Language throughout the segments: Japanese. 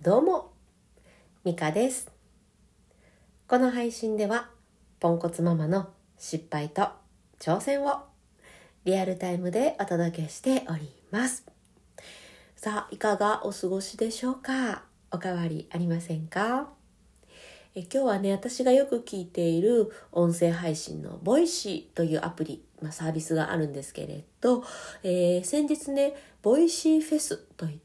どうも、ミカです。この配信ではポンコツママの失敗と挑戦をリアルタイムでお届けしております。さあ、いかがお過ごしでしょうか？おかわりありませんか？今日はね、私がよく聞いている音声配信のボイシーというアプリ、サービスがあるんですけれど、先日ね、ボイシーフェスといって、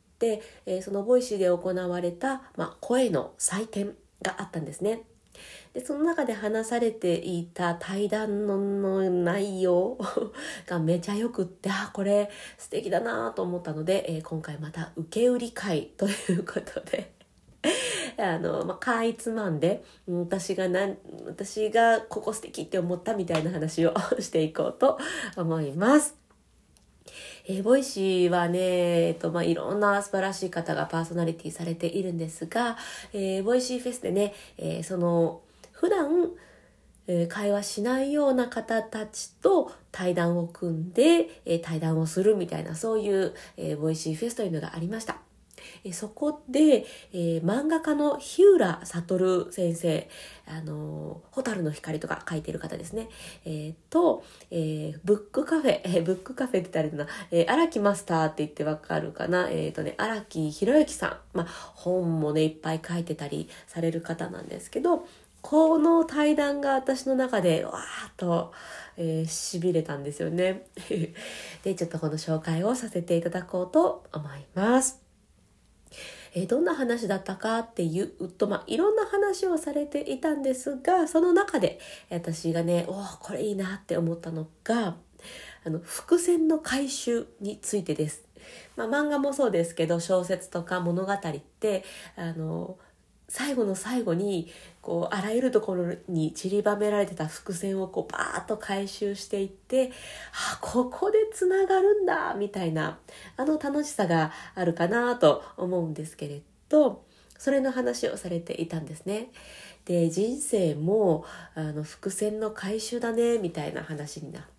そのボイシーで行われた、声の祭典があったんですね。でその中で話されていた対談の内容がめちゃよくって、これ素敵だなと思ったので、今回また受け売り会ということでかいつまんで私がここ素敵って思ったみたいな話をしていこうと思います。ボイシーはね、いろんな素晴らしい方がパーソナリティされているんですが、ボイシーフェスでね、その普段会話しないような方たちと対談を組んで、対談をするみたいな、そういう、ボイシーフェスというのがありました。そこで、漫画家の日浦悟先生、蛍の光とか書いてる方ですね、と、ブックカフェって言ったらいいな、荒木マスターって言ってわかるかな、荒木博之さん、本もねいっぱい書いてたりされる方なんですけど、この対談が私の中でわーっと、痺れたんですよねでちょっとこの紹介をさせていただこうと思います。どんな話だったかっていうと、いろんな話をされていたんですが、その中で私がね、これいいなって思ったのが、伏線の回収についてです。漫画もそうですけど、小説とか物語って最後の最後にあらゆるところに散りばめられてた伏線をバーッと回収していって、ここでつながるんだみたいな楽しさがあるかなと思うんですけれど、それの話をされていたんですね。で、人生も伏線の回収だねみたいな話になって、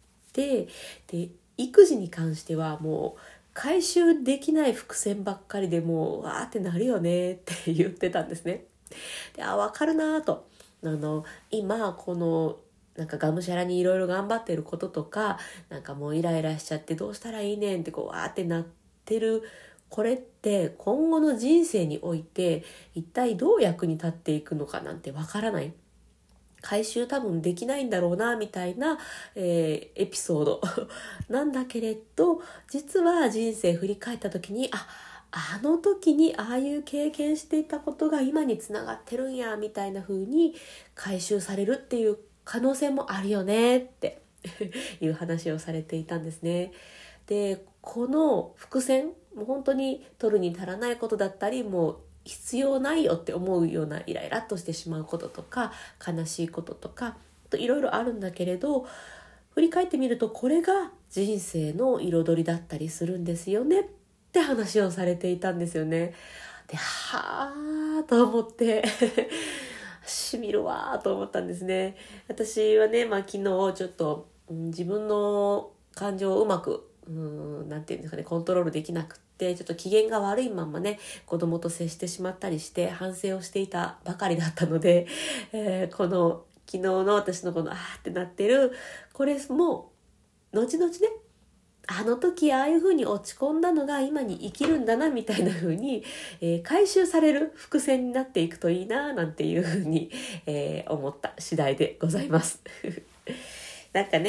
で育児に関してはもう回収できない伏線ばっかりでもうわーってなるよねって言ってたんですね。で、分かるなと。今このがむしゃらにいろいろ頑張ってることとか、もうイライラしちゃってどうしたらいいねんってわーってなってる、これって今後の人生において一体どう役に立っていくのかなんてわからない。回収多分できないんだろうなみたいな、エピソードなんだけれど、実は人生振り返った時にあの時にああいう経験していたことが今につながってるんやみたいな風に回収されるっていう可能性もあるよねっていう話をされていたんですね。で、この伏線もう本当に取るに足らないことだったり、もう必要ないよって思うようなイライラっとしてしまうこととか悲しいこととかいろいろあるんだけれど、振り返ってみるとこれが人生の彩りだったりするんですよねって話をされていたんですよね。で、はーと思ってしみるわーと思ったんですね。私はね、昨日ちょっと、自分の感情をうまくなんていうんですかね、コントロールできなくって、ちょっと機嫌が悪いまんまね、子供と接してしまったりして反省をしていたばかりだったので、この昨日の私のこのってなってる、これも後々ね、あの時ああいう風に落ち込んだのが今に生きるんだなみたいな風に、回収される伏線になっていくといいななんていう風に、思った次第でございますやっぱ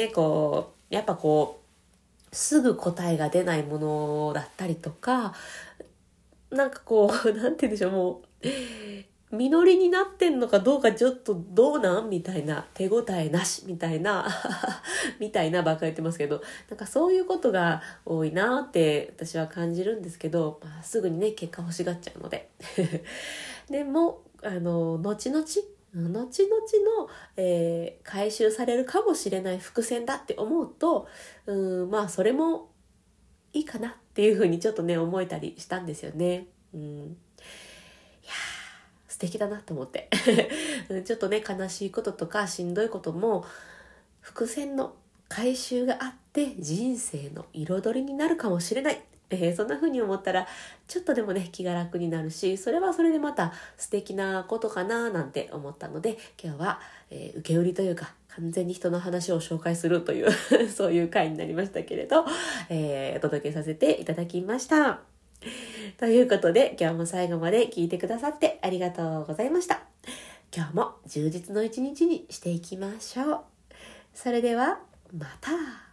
すぐ答えが出ないものだったりとか、なんて言うんでしょう、もう実りになってんのかどうかちょっとどうなんみたいな、手応えなしみたいなみたいなばっかり言ってますけど、そういうことが多いなって私は感じるんですけど、すぐにね結果欲しがっちゃうのででも後々の、回収されるかもしれない伏線だって思うと、それもいいかなっていうふうにちょっとね思えたりしたんですよね。いや素敵だなと思ってちょっとね悲しいこととかしんどいことも伏線の回収があって人生の彩りになるかもしれない。 そんな風に思ったらちょっとでもね気が楽になるし、それはそれでまた素敵なことかななんて思ったので、今日は、受け売りというか完全に人の話を紹介するというそういう回になりましたけれど、お届けさせていただきました。ということで今日も最後まで聞いてくださってありがとうございました。今日も充実の一日にしていきましょう。それではまた。